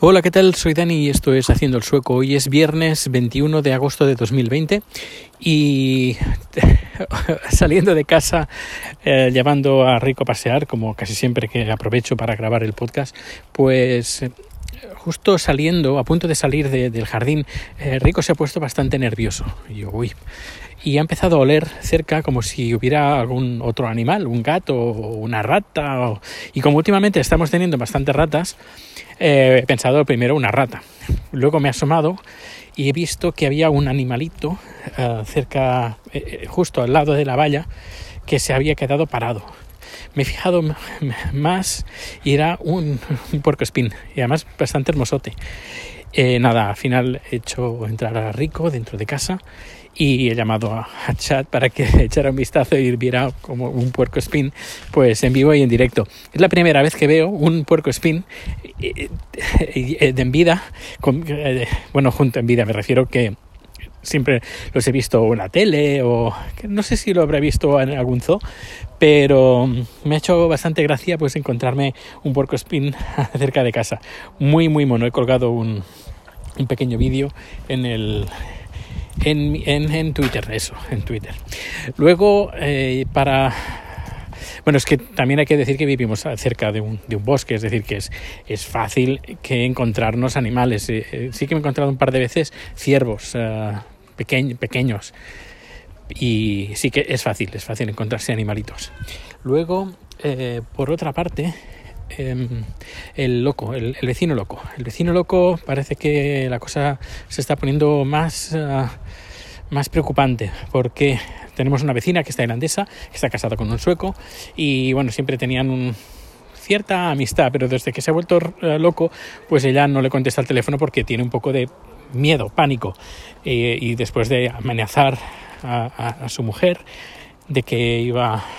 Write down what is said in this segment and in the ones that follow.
Hola, ¿qué tal? Soy Dani y esto es Haciendo el Sueco. Hoy es viernes 21 de agosto de 2020 y saliendo de casa, llevando a Rico a pasear, como casi siempre que aprovecho para grabar el podcast, pues justo saliendo, a punto de salir del jardín, Rico se ha puesto bastante nervioso. Y ha empezado a oler cerca como si hubiera algún otro animal, un gato o una rata. Y como últimamente estamos teniendo bastantes ratas, he pensado primero una rata. Luego me he asomado y he visto que había un animalito cerca, justo al lado de la valla, que se había quedado parado. Me he fijado más y era un puercoespín, y además bastante hermosote. Al final he hecho entrar a Rico dentro de casa y he llamado a Chat para que echara un vistazo y viera como un puercoespín, pues en vivo y en directo. Es la primera vez que veo un puercoespín en vida, junto en vida, me refiero que siempre los he visto en la tele o no sé si lo habré visto en algún zoo, pero me ha hecho bastante gracia pues encontrarme un puercoespín cerca de casa. Muy muy mono. He colgado un pequeño vídeo en Twitter, en Twitter. Luego es que también hay que decir que vivimos cerca de un bosque, es decir, que es fácil que encontrarnos animales. Sí que me he encontrado un par de veces ciervos pequeños y sí que es fácil encontrarse animalitos. Luego, por otra parte, el vecino loco. El vecino loco parece que la cosa se está poniendo más preocupante, porque tenemos una vecina que es tailandesa, que está casada con un sueco y siempre tenían cierta amistad, pero desde que se ha vuelto loco, pues ella no le contesta el teléfono porque tiene un poco de miedo, pánico, y después de amenazar a su mujer de que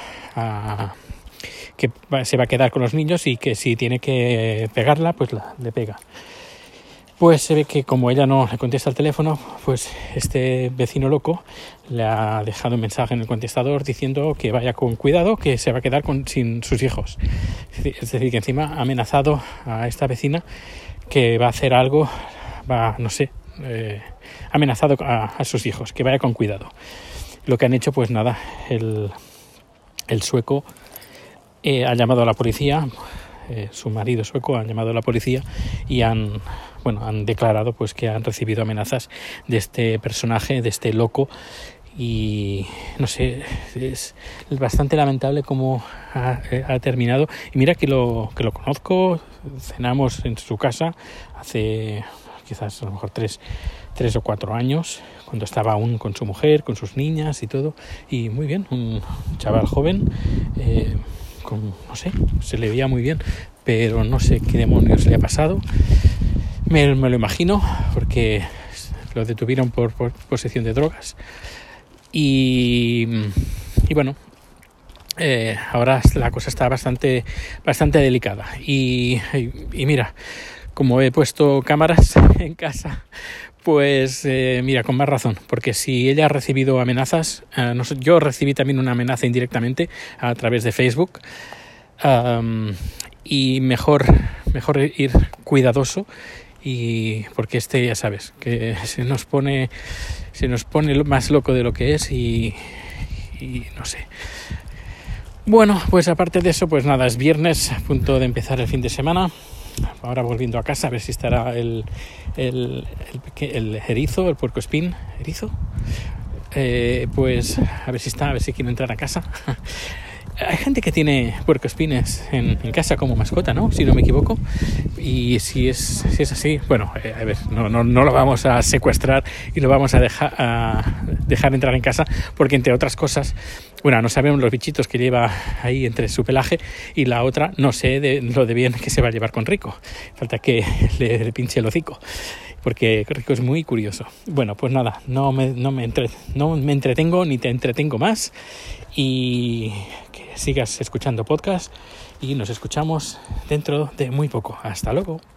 se va a quedar con los niños y que si tiene que pegarla, pues le pega. Pues se ve que como ella no le contesta el teléfono, pues este vecino loco le ha dejado un mensaje en el contestador diciendo que vaya con cuidado, que se va a quedar sin sus hijos. Es decir, que encima ha amenazado a esta vecina que va a hacer algo, ha amenazado a sus hijos, que vaya con cuidado. Lo que han hecho, pues nada, el sueco ha llamado a la policía. Su marido sueco ha llamado a la policía y han declarado pues que han recibido amenazas de este personaje, de este loco, y no sé, es bastante lamentable cómo ha terminado. Y mira que lo conozco, cenamos en su casa hace quizás a lo mejor 3 o 4 años, cuando estaba aún con su mujer, con sus niñas y todo, y muy bien, un chaval joven, se le veía muy bien, pero no sé qué demonios le ha pasado. Me lo imagino, porque lo detuvieron por posesión de drogas y ahora la cosa está bastante delicada y mira, como he puesto cámaras en casa, pues con más razón, porque si ella ha recibido amenazas, yo recibí también una amenaza indirectamente a través de Facebook, y mejor ir cuidadoso, y porque ya sabes que se nos pone más loco de lo que es y no sé. Bueno, pues aparte de eso, pues nada, es viernes, a punto de empezar el fin de semana. Ahora volviendo a casa a ver si estará el erizo, el puercoespín erizo, pues a ver si quiero entrar a casa. Hay gente que tiene puercoespines en casa como mascota, ¿no? Si no me equivoco. Y si es así, no lo vamos a secuestrar y lo vamos a dejar entrar en casa, porque entre otras cosas, no sabemos los bichitos que lleva ahí entre su pelaje, y la otra no sé lo de bien que se va a llevar con Rico. Falta que le pinche el hocico, porque Rico es muy curioso. Bueno, pues nada, no me entretengo ni te entretengo más, y que sigas escuchando podcast y nos escuchamos dentro de muy poco. Hasta luego.